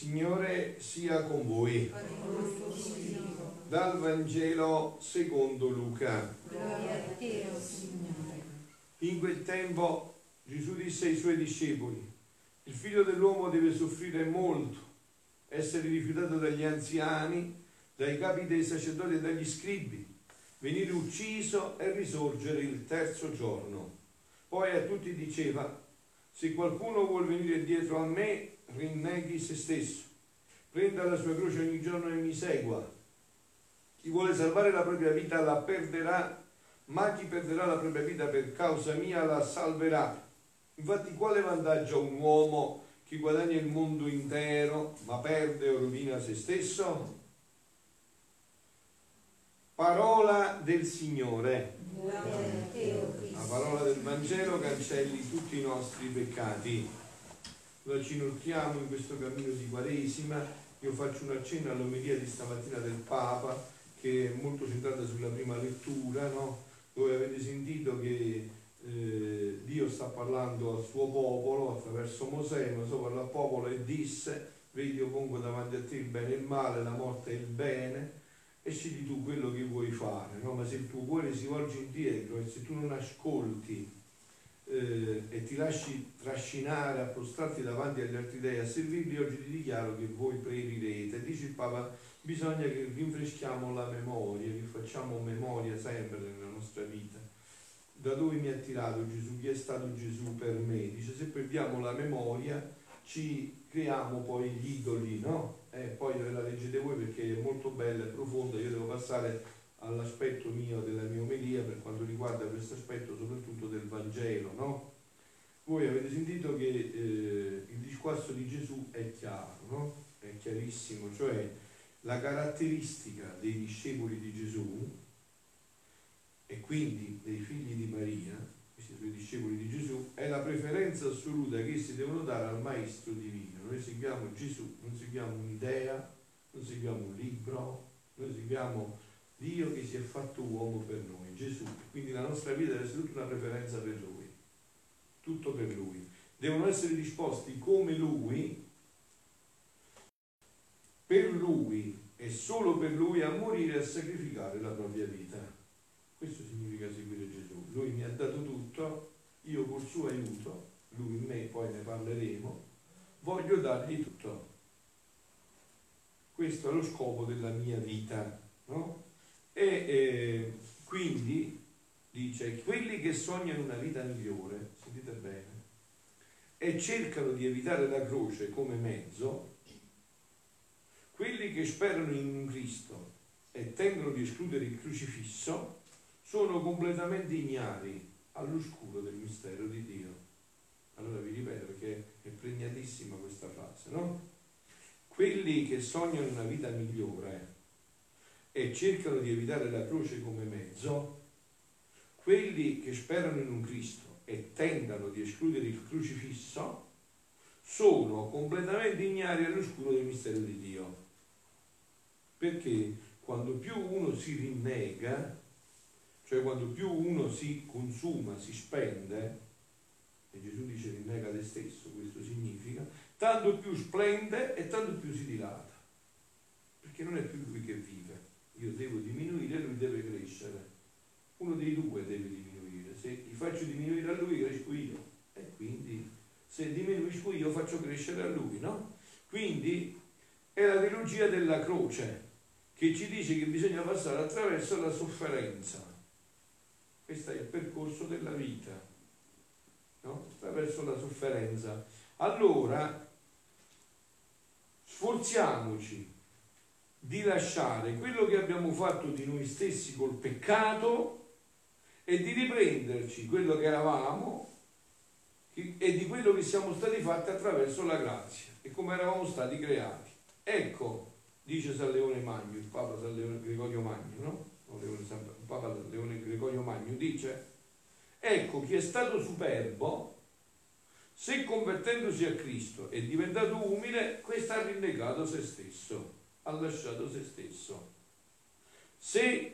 Signore sia con voi. Dal Vangelo secondo Luca. Gloria a te, o Signore. In quel tempo Gesù disse ai suoi discepoli: il figlio dell'uomo deve soffrire molto, essere rifiutato dagli anziani, dai capi dei sacerdoti e dagli scribi, venire ucciso e risorgere il terzo giorno. Poi a tutti diceva: se qualcuno vuol venire dietro a me, rinneghi se stesso, prenda la sua croce ogni giorno e mi segua. Chi vuole salvare la propria vita la perderà, ma chi perderà la propria vita per causa mia la salverà. Infatti quale vantaggio ha un uomo che guadagna il mondo intero ma perde o rovina se stesso? Parola del Signore. La parola del Vangelo cancelli tutti i nostri peccati. Noi ci inoltriamo in questo cammino di Quaresima. Io faccio un accenno all'omelia di stamattina del Papa, che è molto centrata sulla prima lettura, no? Dove avete sentito che Dio sta parlando al suo popolo attraverso Mosè. Mosè parlò al popolo e disse: vedi, io pongo davanti a te il bene e il male, la morte e il bene, e scegli tu quello che vuoi fare, no? Ma se il tuo cuore si volge indietro e se tu non ascolti e ti lasci trascinare a prostrarti davanti agli altri dei, a servirli, oggi ti dichiaro che voi perirete. Dice il Papa: bisogna che rinfreschiamo la memoria, che facciamo memoria sempre nella nostra vita. Da dove mi ha tirato Gesù? Chi è stato Gesù per me? Dice: se perdiamo la memoria ci creiamo poi gli idoli, no? Poi ve la leggete voi perché è molto bella e profonda. Io devo passare all'aspetto mio della mia omelia per quanto riguarda questo aspetto soprattutto del Vangelo, no? Voi avete sentito che il discorso di Gesù è chiaro, no? È chiarissimo, cioè la caratteristica dei discepoli di Gesù e quindi dei figli di Maria, questi due discepoli di Gesù, è la preferenza assoluta che essi devono dare al Maestro Divino. Noi seguiamo Gesù, non seguiamo un'idea, non seguiamo un libro, noi seguiamo Dio che si è fatto uomo per noi, Gesù. Quindi la nostra vita deve essere tutta una preferenza per Lui, tutto per Lui. Devono essere disposti come Lui, per Lui e solo per Lui, a morire e a sacrificare la propria vita. Questo significa seguire Gesù. Lui mi ha dato tutto, io col suo aiuto, Lui in me, poi ne parleremo, voglio dargli tutto. Questo è lo scopo della mia vita, no? E quindi dice: quelli che sognano una vita migliore, sentite bene, e cercano di evitare la croce come mezzo, quelli che sperano in un Cristo e tendono di escludere il crocifisso, sono completamente ignari all'oscuro del mistero di Dio. Allora vi ripeto perché è pregnatissima questa frase, no? Quelli che sognano una vita migliore e cercano di evitare la croce come mezzo, quelli che sperano in un Cristo e tentano di escludere il crocifisso, sono completamente ignari all'oscuro del mistero di Dio. Perché quando più uno si rinnega, cioè quando più uno si consuma, si spende, e Gesù dice rinnega te stesso, questo significa, tanto più splende e tanto più si dilata, perché non è più lui che vive. Io devo diminuire, lui deve crescere. Uno dei due deve diminuire. Se gli faccio diminuire a lui, cresco io. E quindi se diminuisco io, faccio crescere a lui, no? Quindi è la teologia della croce che ci dice che bisogna passare attraverso la sofferenza. Questo è il percorso della vita, no? Attraverso la sofferenza. Allora, sforziamoci di lasciare quello che abbiamo fatto di noi stessi col peccato e di riprenderci quello che eravamo e di quello che siamo stati fatti attraverso la grazia e come eravamo stati creati. Ecco, dice San Leone Magno, il Papa San Leone Gregorio Magno, no? Il Papa San Leone Gregorio Magno dice: ecco, chi è stato superbo, se convertendosi a Cristo è diventato umile, questo ha rinnegato se stesso, ha lasciato se stesso. Se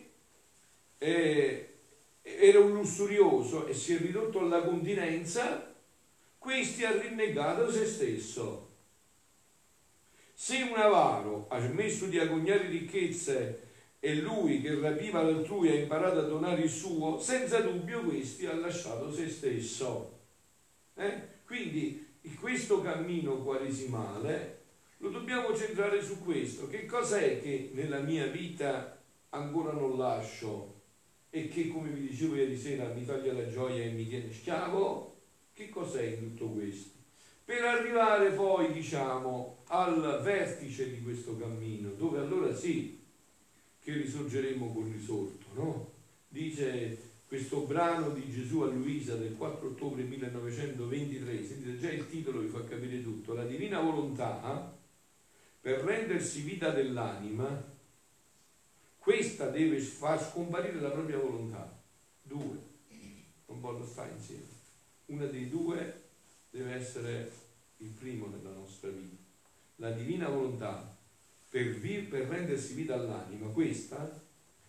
era un lussurioso e si è ridotto alla continenza, questi ha rinnegato se stesso. Se un avaro ha smesso di agognare ricchezze e lui che rapiva l'altrui ha imparato a donare il suo, senza dubbio questi ha lasciato se stesso. Quindi questo cammino quaresimale lo dobbiamo centrare su questo. Che cosa è che nella mia vita ancora non lascio e che, come vi dicevo ieri sera, mi toglie la gioia e mi tiene schiavo? Che cos'è in tutto questo? Per arrivare poi, diciamo, al vertice di questo cammino, dove allora sì che risorgeremo col risorto, no? Dice questo brano di Gesù a Luisa del 4 ottobre 1923, sentite già il titolo vi fa capire tutto: la divina volontà, per rendersi vita dell'anima, questa deve far scomparire la propria volontà. Due, non possono stare insieme. Una dei due deve essere il primo nella nostra vita. La divina volontà, per rendersi vita all'anima, questa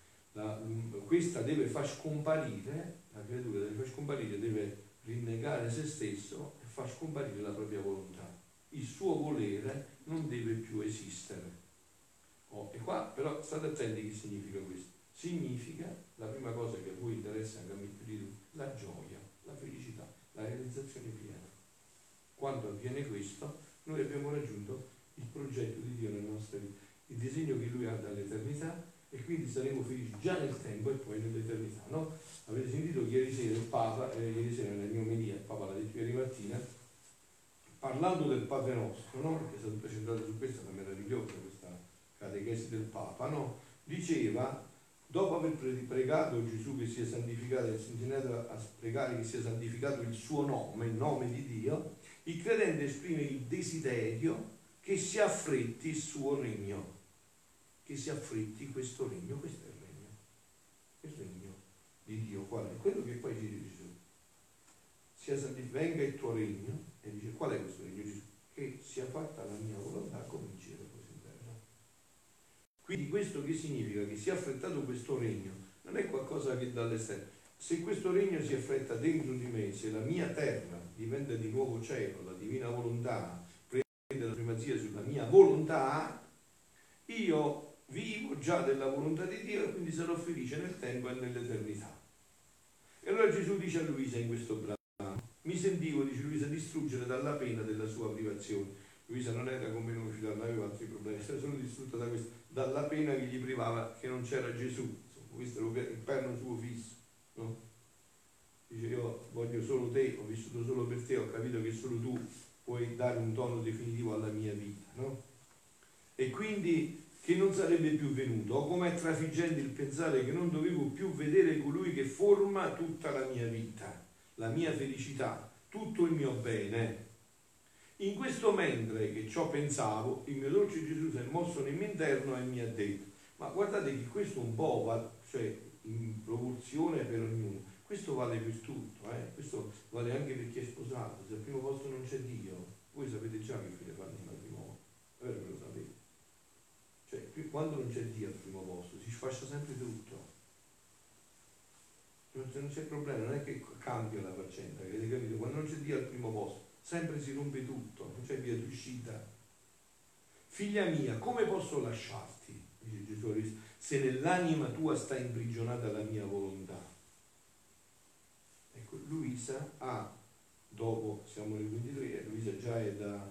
deve far scomparire, la creatura deve far scomparire, deve rinnegare se stesso e far scomparire la propria volontà. Il suo volere non deve più esistere. E qua però state attenti che significa questo. Significa, la prima cosa che a voi interessa anche a me più di tutti, la gioia, la felicità, la realizzazione piena. Quando avviene questo, noi abbiamo raggiunto il progetto di Dio nella nostra vita, il disegno che Lui ha dall'eternità, e quindi saremo felici già nel tempo e poi nell'eternità, no? Avete sentito che ieri sera il Papa, ieri sera nella mia omelia, il Papa l'ha detto ieri mattina, parlando del Padre Nostro, no? Perché è stato presentato su questa, è meravigliosa questa catechesi del Papa, no? Diceva, dopo aver pregato Gesù che sia santificato e insegnato a pregare che sia santificato il suo nome, il nome di Dio, il credente esprime il desiderio che si affretti il suo regno, che si affretti questo regno. Questo è il regno di Dio. Qual è? Quello che poi dice Gesù: venga il tuo regno. E dice, qual è questo regno? Gesù: che sia fatta la mia volontà come in cielo così in terra. Quindi questo che significa? Che sia affrettato questo regno non è qualcosa che dall'esterno. Se questo regno si affretta dentro di me, se la mia terra diventa di nuovo cielo, la divina volontà prende la primazia sulla mia volontà, io vivo già della volontà di Dio e quindi sarò felice nel tempo e nell'eternità. E allora Gesù dice a Luisa in questo brano: mi sentivo, dice Luisa, distruggere dalla pena della sua privazione. Luisa non era come noi, non aveva altri problemi, era solo distrutta da questo, dalla pena che gli privava che non c'era Gesù. Insomma, questo era il perno suo fisso, no? Dice, io voglio solo te, ho vissuto solo per te, ho capito che solo tu puoi dare un tono definitivo alla mia vita, no? E quindi che non sarebbe più venuto, o com'è trafiggente il pensare che non dovevo più vedere colui che forma tutta la mia vita, la mia felicità, tutto il mio bene. In questo mentre che ciò pensavo, il mio dolce Gesù si è mosso nel mio interno e mi ha detto: ma guardate che questo un po' va, cioè in proporzione per ognuno, questo vale per tutto, questo vale anche per chi è sposato. Se al primo posto non c'è Dio, voi sapete già che fine fanno il matrimonio, è vero che lo sapete? Cioè, quando non c'è Dio al primo posto, si sfascia sempre tutto. Non c'è problema, non è che cambia la faccenda, avete capito? Quando non c'è Dio al primo posto, sempre si rompe tutto, non c'è via d'uscita. Figlia mia, come posso lasciarti, dice Gesù, se nell'anima tua sta imprigionata la mia volontà? Ecco, Luisa ha, dopo, siamo nel 23, Luisa già è da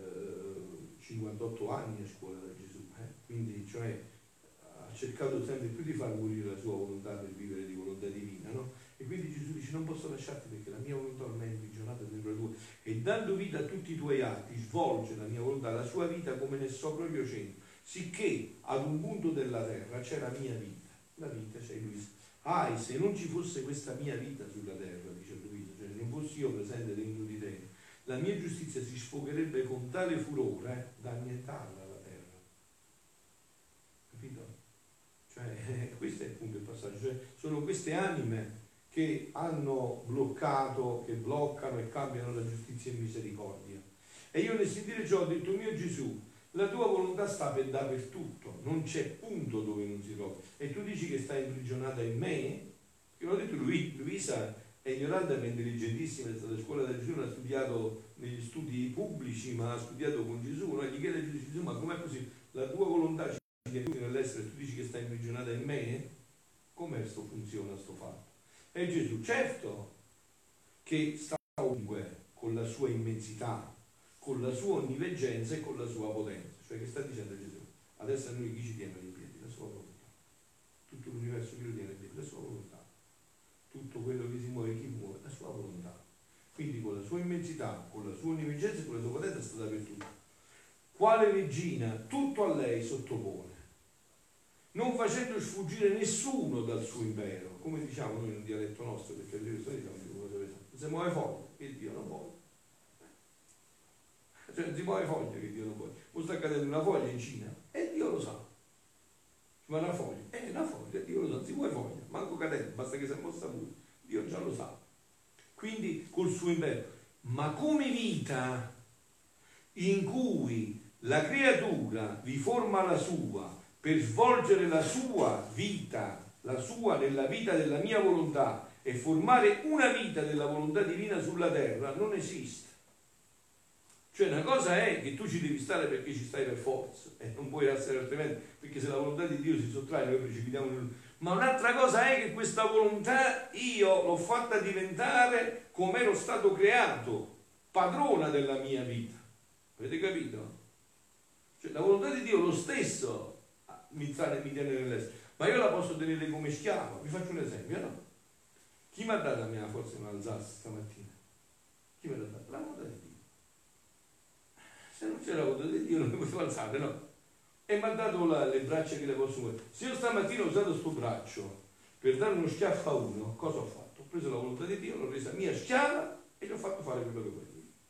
58 anni a scuola da Gesù, quindi cioè ha cercato sempre più di far morire la sua volontà per vivere di volontà divina, no? E quindi Gesù dice: non posso lasciarti perché la mia volontà ormai è imprigionata dentro la tua, e dando vita a tutti i tuoi atti svolge la mia volontà, la sua vita come nel sopra io centro, sicché ad un punto della terra c'è la mia vita, la vita c'è Luisa. Se non ci fosse questa mia vita sulla terra, dice Luisa, cioè se non fossi io presente dentro di te, la mia giustizia si sfogherebbe con tale furore da annientarla la terra. Capito? Cioè, questo è appunto il passaggio. Cioè, sono queste anime che hanno bloccato, che bloccano e cambiano la giustizia e misericordia. E io nel sentire ciò ho detto: mio Gesù, la tua volontà sta per dappertutto, non c'è punto dove non si trova. E tu dici che sta imprigionata in me? Che l'ho detto Luisa, è ignorante ma intelligentissima, è stata a scuola da Gesù, non ha studiato negli studi pubblici, ma ha studiato con Gesù, no? Gli chiede a Gesù, ma com'è possibile? La tua volontà ci aiuti nell'essere, tu dici che sta imprigionata in me? Come sto funziona sto fatto? E Gesù, certo che sta ovunque, con la sua immensità, con la sua onniveggenza e con la sua potenza. Cioè che sta dicendo Gesù? Adesso a noi chi ci tiene in piedi? La sua volontà. Tutto l'universo che lo tiene in piedi? La sua volontà. Tutto quello che si muove, chi muove? La sua volontà. Quindi con la sua immensità, con la sua onniveggenza e con la sua potenza sta dappertutto. Quale regina tutto a lei sottopone, non facendo sfuggire nessuno dal suo impero, come diciamo noi in un dialetto nostro, perché le persone diciamo non si muove foglia, che Dio non vuole. Cioè non si muove foglia che Dio non vuole. O sta cadendo una foglia in Cina e Dio lo sa. Ma una foglia, una foglia, Dio lo sa, non si muove foglia, manco cadendo, basta che si è mossa pure, Dio già lo sa. Quindi col suo impero. Ma come vita in cui la creatura vi forma la sua per svolgere la sua vita, la sua nella vita della mia volontà e formare una vita della volontà divina sulla terra, non esiste. Cioè una cosa è che tu ci devi stare perché ci stai per forza e non puoi essere altrimenti, perché se la volontà di Dio si sottrae noi precipitiamo in... Ma un'altra cosa è che questa volontà io l'ho fatta diventare come ero stato creato, padrona della mia vita. Avete capito? Cioè la volontà di Dio lo stesso mi tiene nell'essere, ma io la posso tenere come schiava. Vi faccio un esempio, no? Chi mi ha dato la mia forza in alzarsi stamattina? Chi me l'ha dato? La volontà di Dio. Se non c'era la volontà di Dio non mi potevo alzare, no? E mi ha dato le braccia che le posso muovere. Se io stamattina ho usato sto braccio per dare uno schiaffo a uno, cosa ho fatto? Ho preso la volontà di Dio, l'ho resa mia schiava e gli ho fatto fare quello che volevo.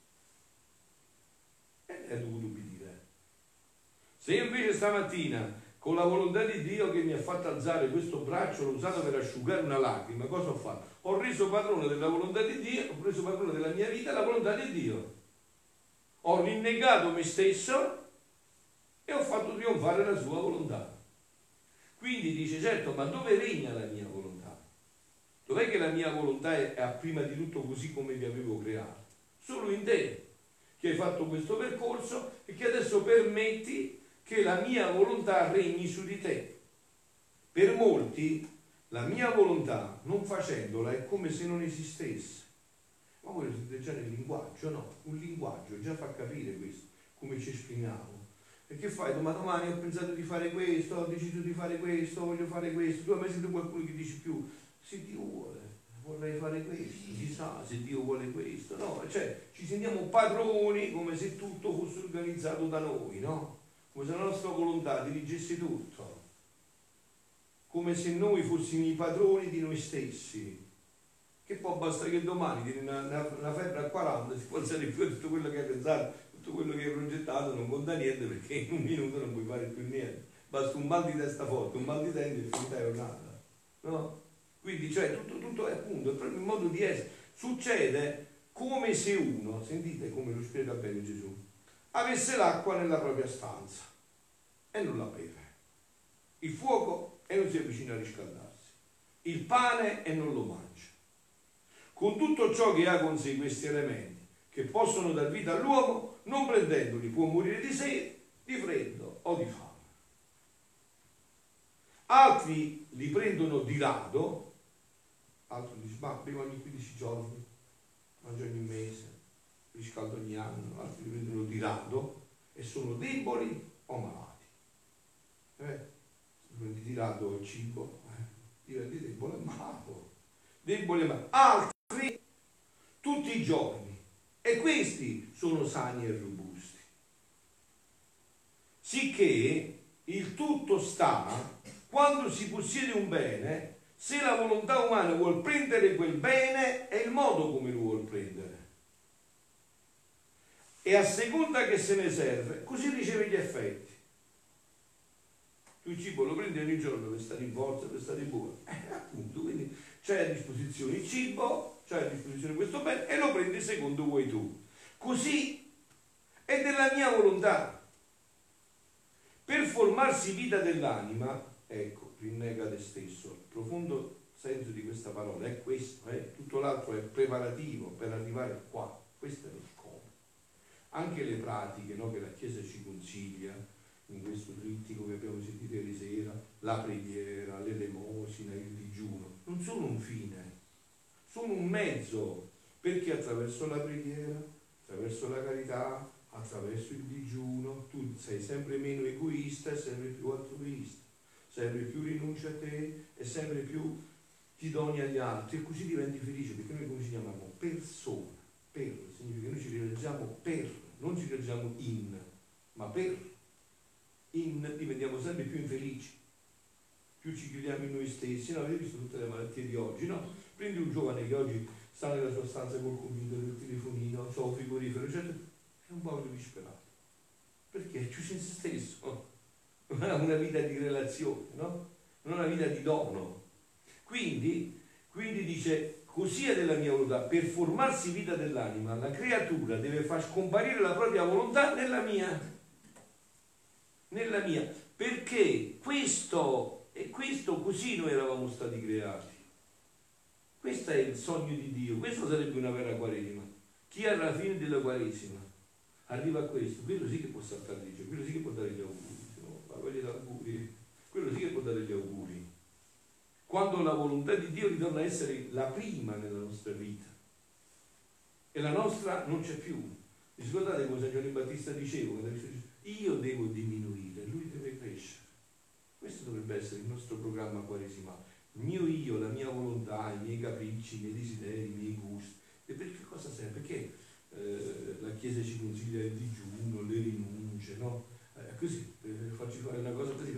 E è dovuto ubbidire. Se io invece stamattina con la volontà di Dio che mi ha fatto alzare questo braccio, l'ho usato per asciugare una lacrima, cosa ho fatto? Ho reso padrone della volontà di Dio, ho preso padrone della mia vita la volontà di Dio. Ho rinnegato me stesso e ho fatto trionfare la sua volontà. Quindi dice, certo, ma dove regna la mia volontà? Dov'è che la mia volontà è prima di tutto così come vi avevo creato? Solo in te, che hai fatto questo percorso e che adesso permetti che la mia volontà regni su di te. Per molti la mia volontà, non facendola, è come se non esistesse. Ma voi lo sentite già nel linguaggio, no? Un linguaggio già fa capire questo, come ci esprimiamo. E che fai? Domani ho pensato di fare questo, ho deciso di fare questo, voglio fare questo. Tu hai mai sentito qualcuno che dice più, se Dio vuole, vorrei fare questo, chissà se Dio vuole questo. No, cioè ci sentiamo padroni come se tutto fosse organizzato da noi, no? Come se la nostra volontà dirigesse tutto, come se noi fossimo i padroni di noi stessi, che poi basta che domani tieni una febbre a 40, si può alzare più tutto quello che hai pensato, tutto quello che hai progettato, non conta niente perché in un minuto non puoi fare più niente, basta un mal di testa forte, un mal di denti e finita la giornata, no? Quindi cioè tutto è appunto, è proprio il modo di essere, succede come se uno, sentite come lo spiega bene Gesù, avesse l'acqua nella propria stanza e non la beve, il fuoco e non si avvicina a riscaldarsi, il pane e non lo mangia. Con tutto ciò che ha con sé questi elementi che possono dar vita all'uomo, non prendendoli può morire di sete, di freddo o di fame. Altri li prendono di rado, altri dicono ma bevo ogni 15 giorni, mangio ogni mese, riscaldo ogni anno, altri li prendono di rado e sono deboli o malati. Prendi di rado il cibo, diventi debole e malato. Deboli e malati. Altri tutti i giorni, e questi sono sani e robusti. Sicché il tutto sta quando si possiede un bene, se la volontà umana vuol prendere quel bene, è il modo come lo vuol prendere. E a seconda che se ne serve, così riceve gli effetti. Tu il cibo lo prendi ogni giorno per stare in forza, per stare buono. Appunto, quindi c'è a disposizione il cibo, c'è a disposizione questo bene e lo prendi secondo vuoi tu. Così è della mia volontà. Per formarsi vita dell'anima, ecco, rinnega te stesso, profondo senso di questa parola è questo, tutto l'altro è preparativo per arrivare qua, questo è lo scopo. Anche le pratiche, no, che la Chiesa ci consiglia, in questo trittico che abbiamo sentito ieri sera, la preghiera, l'elemosina, il digiuno, non sono un fine, sono un mezzo, perché attraverso la preghiera, attraverso la carità, attraverso il digiuno, tu sei sempre meno egoista e sempre più altruista, sempre più rinunci a te e sempre più ti doni agli altri, e così diventi felice, perché noi come ci chiamiamo? Persona. Per significa che noi ci realizziamo per, non ci realizziamo in, ma per. In diventiamo sempre più infelici, più ci chiudiamo in noi stessi. No, avete visto tutte le malattie di oggi, no? Prendi un giovane che oggi sta nella sua stanza col computer, il telefonino, so, frigorifero, eccetera, è un povero disperato, perché è chiuso in se stesso, non ha una vita di relazione, no? Non ha una vita di dono. Quindi dice, così è della mia volontà, per formarsi vita dell'anima, la creatura deve far scomparire la propria volontà nella mia, perché questo così noi eravamo stati creati. Questo è il sogno di Dio, questo sarebbe una vera Quaresima. Chi alla fine della Quaresima arriva a questo, quello sì che può saltare di Dio, quello sì che può dare gli auguri, no? La voglia di auguri, quello sì che può dare gli auguri. Quando la volontà di Dio ritorna a essere la prima nella nostra vita e la nostra non c'è più. Vi ricordate come San Giovanni Battista diceva? Io devo diminuire, lui deve crescere. Questo dovrebbe essere il nostro programma quaresimale. Il mio io, la mia volontà, i miei capricci, i miei desideri, i miei gusti. E per che cosa serve? Perché la Chiesa ci consiglia il digiuno, le rinunce, no? Così, farci fare una cosa così,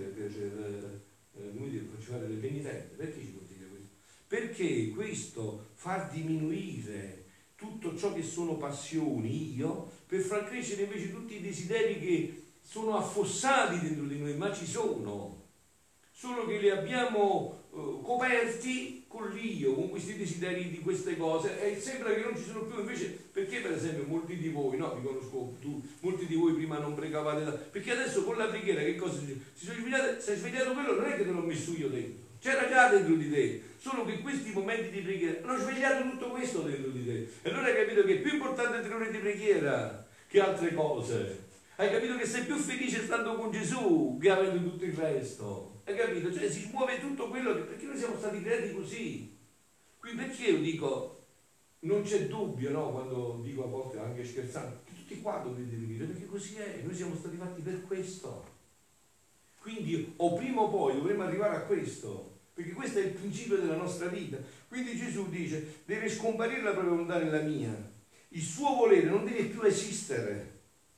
come dire, farci fare le penitenze. Perché ci consiglia questo? Perché questo fa diminuire tutto ciò che sono passioni, io, per far crescere invece tutti i desideri che sono affossati dentro di noi, ma ci sono, solo che li abbiamo coperti con l'io, con questi desideri di queste cose, e sembra che non ci sono più. Invece, perché per esempio molti di voi, no, vi conosco, molti di voi prima non pregavate, perché adesso con la preghiera che cosa si sono svegliati, sei svegliato quello, non è che te l'ho messo io dentro, c'era già dentro di te, solo che questi momenti di preghiera hanno svegliato tutto questo dentro di te, e allora hai capito che è più importante 3 ore di preghiera che altre cose. Hai capito che sei più felice stando con Gesù che avendo tutto il resto. Hai capito? Cioè si muove tutto quello che, perché noi siamo stati creati così. Quindi perché io dico, non c'è dubbio, no? Quando dico a volte anche scherzando, che tutti qua dovete venire, perché così è, noi siamo stati fatti per questo. Quindi o prima o poi dovremo arrivare a questo, perché questo è il principio della nostra vita. Quindi Gesù dice, deve scomparire la propria volontà nella mia. Il suo volere non deve più esistere.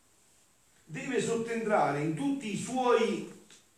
Deve sottentrare in tutti i suoi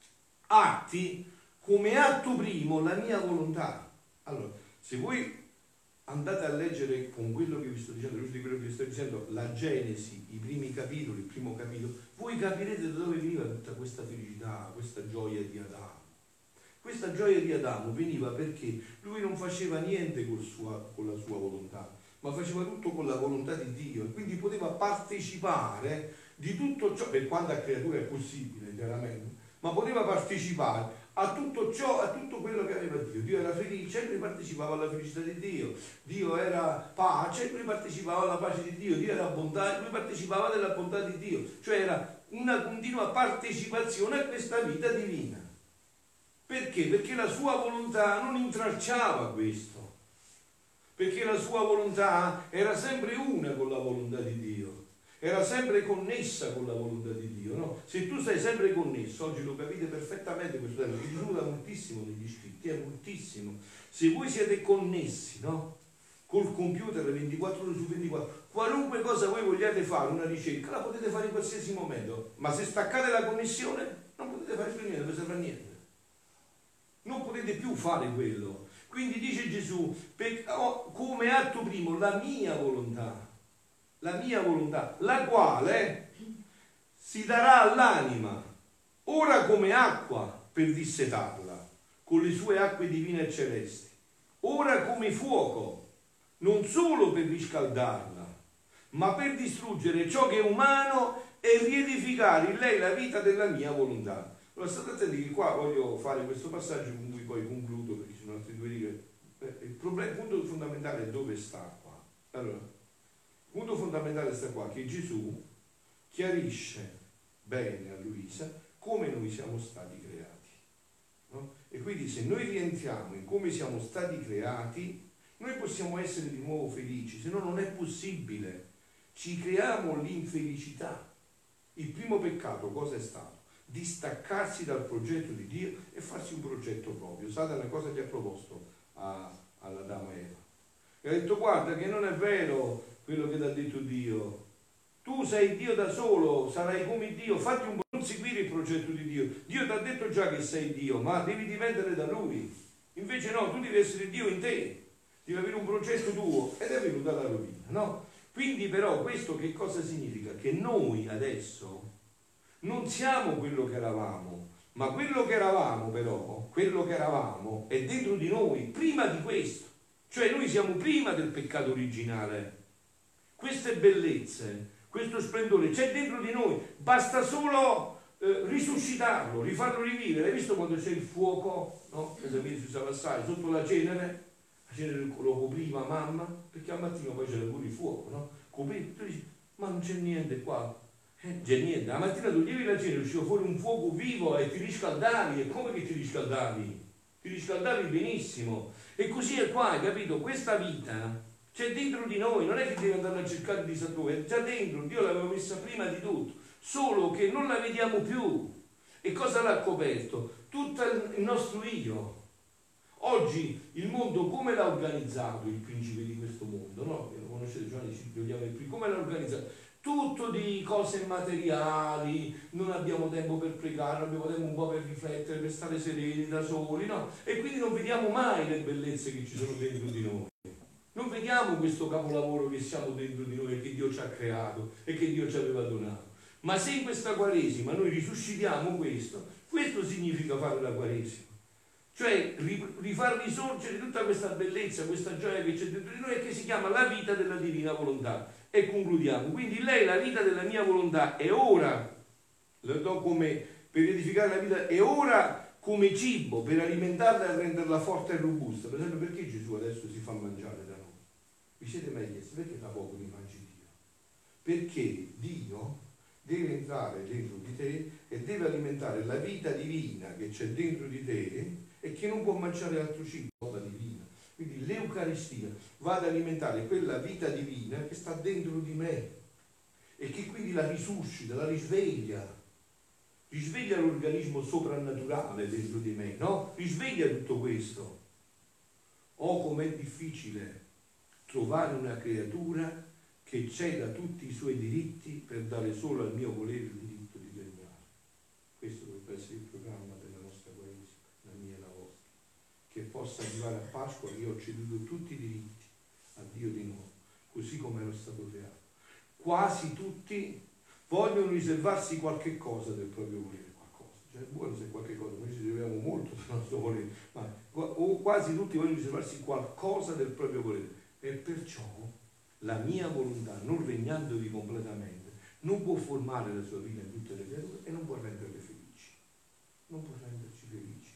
atti come atto primo la mia volontà. Allora, se voi andate a leggere con quello che vi sto dicendo, di quello che vi sto dicendo, la Genesi, i primi capitoli, il primo capitolo, voi capirete da dove veniva tutta questa felicità, questa gioia di Adamo. Questa gioia di Adamo veniva perché lui non faceva niente con la sua volontà, ma faceva tutto con la volontà di Dio, e quindi poteva partecipare di tutto ciò, per quanto a creatura è possibile chiaramente, ma poteva partecipare a tutto ciò, a tutto quello che aveva Dio. Dio era felice e lui partecipava alla felicità di Dio. Dio era pace e lui partecipava alla pace di Dio. Dio era bontà e lui partecipava della bontà di Dio. Cioè era una continua partecipazione a questa vita divina. Perché? Perché la sua volontà non intralciava questo. Perché la sua volontà era sempre una con la volontà di Dio. Era sempre connessa con la volontà di Dio, no? Se tu stai sempre connesso, oggi lo capite perfettamente questo termine, Gesù usa moltissimo negli scritti, è moltissimo. Se voi siete connessi, no? Col computer 24 ore su 24, qualunque cosa voi vogliate fare, una ricerca, la potete fare in qualsiasi momento, ma se staccate la connessione non potete fare più niente, non serve a niente. Non potete più fare quello. Quindi dice Gesù, come atto primo la mia volontà, la quale si darà all'anima, ora come acqua per dissetarla, con le sue acque divine e celesti, ora come fuoco, non solo per riscaldarla, ma per distruggere ciò che è umano e riedificare in lei la vita della mia volontà. Allora state attenti che qua voglio fare questo passaggio con cui poi concludo, perché ci sono altre 2 righe il punto fondamentale è dove sta qua. Allora, il punto fondamentale sta qua, che Gesù chiarisce bene a Luisa come noi siamo stati creati, no? E quindi se noi rientriamo in come siamo stati creati, noi possiamo essere di nuovo felici, se no non è possibile. Ci creiamo l'infelicità. Il primo peccato cosa è stato? Distaccarsi dal progetto di Dio e farsi un progetto proprio. Satana cosa gli ha proposto all'Adamo e Eva? Gli ha detto: guarda che non è vero quello che ti ha detto Dio, tu sei Dio da solo, sarai come Dio, fatti un po', non seguire il progetto di Dio. Dio ti ha detto già che sei Dio, ma devi dipendere da Lui. Invece no, tu devi essere Dio in te, devi avere un progetto tuo, ed è venuta la rovina, no? Quindi però questo che cosa significa? Che noi adesso non siamo quello che eravamo, ma quello che eravamo però, quello che eravamo è dentro di noi, prima di questo. Cioè noi siamo prima del peccato originale. Queste bellezze, questo splendore c'è dentro di noi, basta solo risuscitarlo, rifarlo rivivere. Hai visto quando c'è il fuoco, no? Si usava assai, sotto la cenere lo copriva mamma, perché al mattino poi c'era pure il fuoco, no? Copriva, tu dici, ma non c'è niente qua. C'è niente, la mattina toglievi la cenere, usciva fuori un fuoco vivo e ti riscaldavi. E come che ti riscaldavi? Ti riscaldavi benissimo. E così è qua, hai capito? Questa vita c'è dentro di noi, non è che devi andare a cercare di sapere, è già dentro, Dio l'aveva messa prima di tutto, solo che non la vediamo più. E cosa l'ha coperto? Tutto il nostro io. Oggi il mondo come l'ha organizzato il principe di questo mondo, no? Lo conoscete, Giovanni ci vogliamo il come l'ha organizzato? Tutto di cose materiali, non abbiamo tempo per pregare, non abbiamo tempo un po' per riflettere, per stare sereni da soli, no? E quindi non vediamo mai le bellezze che ci sono dentro di noi. Non vediamo questo capolavoro che siamo dentro di noi e che Dio ci ha creato e che Dio ci aveva donato. Ma se in questa Quaresima noi risuscitiamo questo significa fare la Quaresima. Cioè rifar risorgere tutta questa bellezza, questa gioia che c'è dentro di noi e che si chiama la vita della divina volontà. E concludiamo. Quindi lei, la vita della mia volontà, è ora, lo do come per edificare la vita, è ora come cibo per alimentarla e renderla forte e robusta. Per esempio, perché Gesù adesso si fa mangiare da noi? Vi siete mai chiesti perché da poco li mangi Dio? Perché Dio deve entrare dentro di te e deve alimentare la vita divina che c'è dentro di te e che non può mangiare altro cibo, la divina. Quindi l'Eucaristia va ad alimentare quella vita divina che sta dentro di me e che quindi la risuscita, la risveglia l'organismo soprannaturale dentro di me, no? Risveglia tutto questo. Oh, com'è difficile trovare una creatura che ceda tutti i suoi diritti per dare solo al mio volere il diritto di regnare. Questo dovrebbe essere il programma della nostra Quaresima, la mia e la vostra, che possa arrivare a Pasqua che io ho ceduto tutti i diritti a Dio di nuovo, così come ero stato creato. Quasi tutti vogliono riservarsi qualche cosa del proprio volere, qualcosa. Cioè è buono se qualche cosa, noi ci riserviamo molto del nostro volere, ma quasi tutti vogliono riservarsi qualcosa del proprio volere. E perciò la mia volontà, non regnandovi completamente, non può formare la sua vita in tutte le creature e non può renderle felici. Non può renderci felici.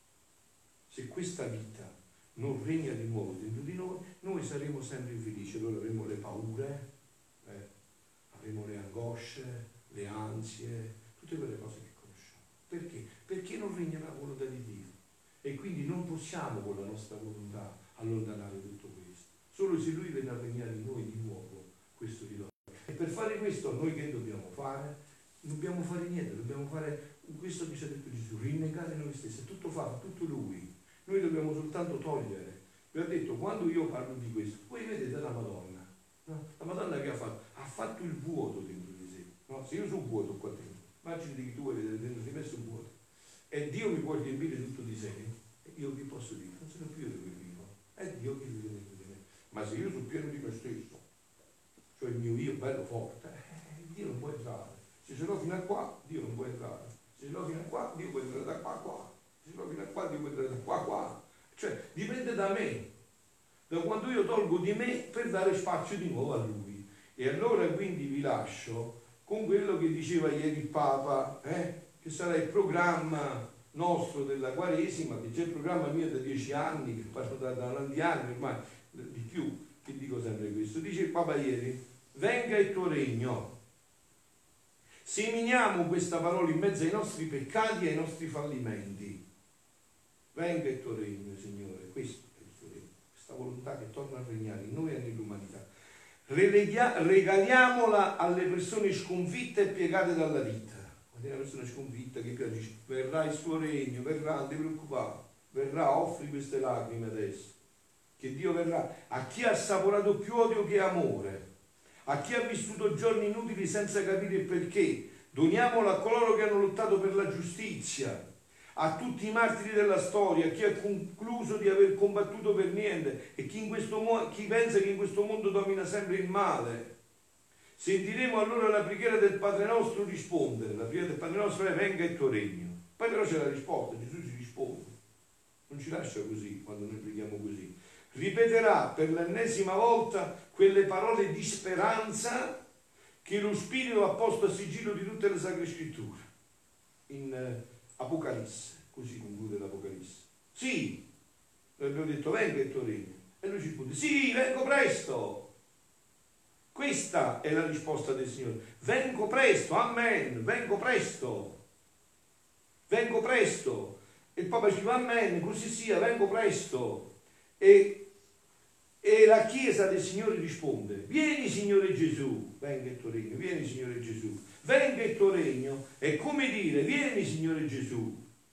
Se questa vita non regna di nuovo dentro di noi, noi saremo sempre infelici. Allora avremo le paure, avremo le angosce, le ansie, tutte quelle cose che conosciamo. Perché? Perché non regna la volontà di Dio. E quindi non possiamo con la nostra volontà allontanare tutto questo. Solo se Lui viene a regnare in noi di nuovo, questo ridò. E per fare questo noi che dobbiamo fare? Non dobbiamo fare niente, dobbiamo fare questo che ci ha detto Gesù, rinnegare noi stessi, è tutto fatto, tutto Lui. Noi dobbiamo soltanto togliere. Vi ho detto, quando io parlo di questo, voi vedete la Madonna, no? La Madonna che ha fatto? Ha fatto il vuoto dentro di sé. No? Se io sono vuoto qua dentro, immaginate che tu vuoi vedere dentro di me sono vuoto, e Dio mi può riempire tutto di sé, io vi posso dire, non sono più io che vivo, è Dio che vive dentro di me. Ma se io sono pieno di me stesso, cioè il mio io bello forte, Dio non può entrare. Se ce l'ho fino a qua, Dio non può entrare. Se ce l'ho fino a qua, Dio può entrare da qua a qua. Se ce l'ho fino a qua, Dio può entrare da qua a qua. Cioè dipende da me, da quando io tolgo di me per dare spazio di nuovo a Lui. E allora quindi vi lascio con quello che diceva ieri il Papa, che sarà il programma nostro della Quaresima, che c'è il programma mio da 10 anni, che parlo da tanti anni ormai, di più, che dico sempre questo. Dice il Papa ieri: venga il tuo regno. Seminiamo questa parola in mezzo ai nostri peccati e ai nostri fallimenti. Venga il tuo regno, Signore, questo è il tuo regno, questa volontà che torna a regnare in noi e nell'umanità. Regaliamola alle persone sconfitte e piegate dalla vita. Una persona sconfitta che dice: verrà il suo regno, verrà, non ti preoccupare, verrà, offri queste lacrime adesso, che Dio verrà. A chi ha assaporato più odio che amore, a chi ha vissuto giorni inutili senza capire il perché, doniamolo a coloro che hanno lottato per la giustizia, a tutti i martiri della storia, a chi ha concluso di aver combattuto per niente e chi pensa che in questo mondo domina sempre il male. Sentiremo allora la preghiera del Padre nostro rispondere. La preghiera del Padre nostro è: venga il tuo regno. Poi però c'è la risposta, Gesù ci risponde, non ci lascia così quando noi preghiamo così. Ripeterà per l'ennesima volta quelle parole di speranza che lo Spirito ha posto a sigillo di tutte le Sacre Scritture. In Apocalisse, così conclude l'Apocalisse. Sì, noi abbiamo detto: venga il tuo regno. E lui ci risponde: sì, vengo presto. Questa è la risposta del Signore: vengo presto, amen, vengo presto, vengo presto. E il Papa ci va: amen, così sia, vengo presto. E la Chiesa del Signore risponde: vieni Signore Gesù, venga il tuo regno, vieni Signore Gesù, venga il tuo regno. È come dire: vieni Signore Gesù.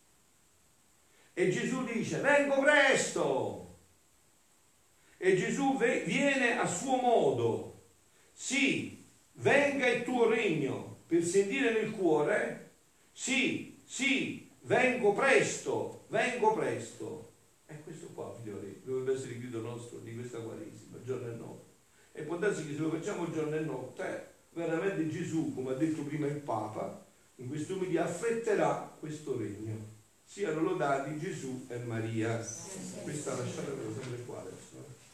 E Gesù dice: vengo presto. E Gesù viene a suo modo. Sì, venga il tuo regno, per sentire nel cuore: sì, sì, vengo presto, vengo presto. E questo qua, figlioli, dovrebbe essere il grido nostro di questa Quaresima, giorno e notte. E può darsi che se lo facciamo giorno e notte, veramente Gesù, come ha detto prima il Papa, in questo video affretterà questo regno. Siano lodati Gesù e Maria. Questa lasciatevelo sempre qua adesso.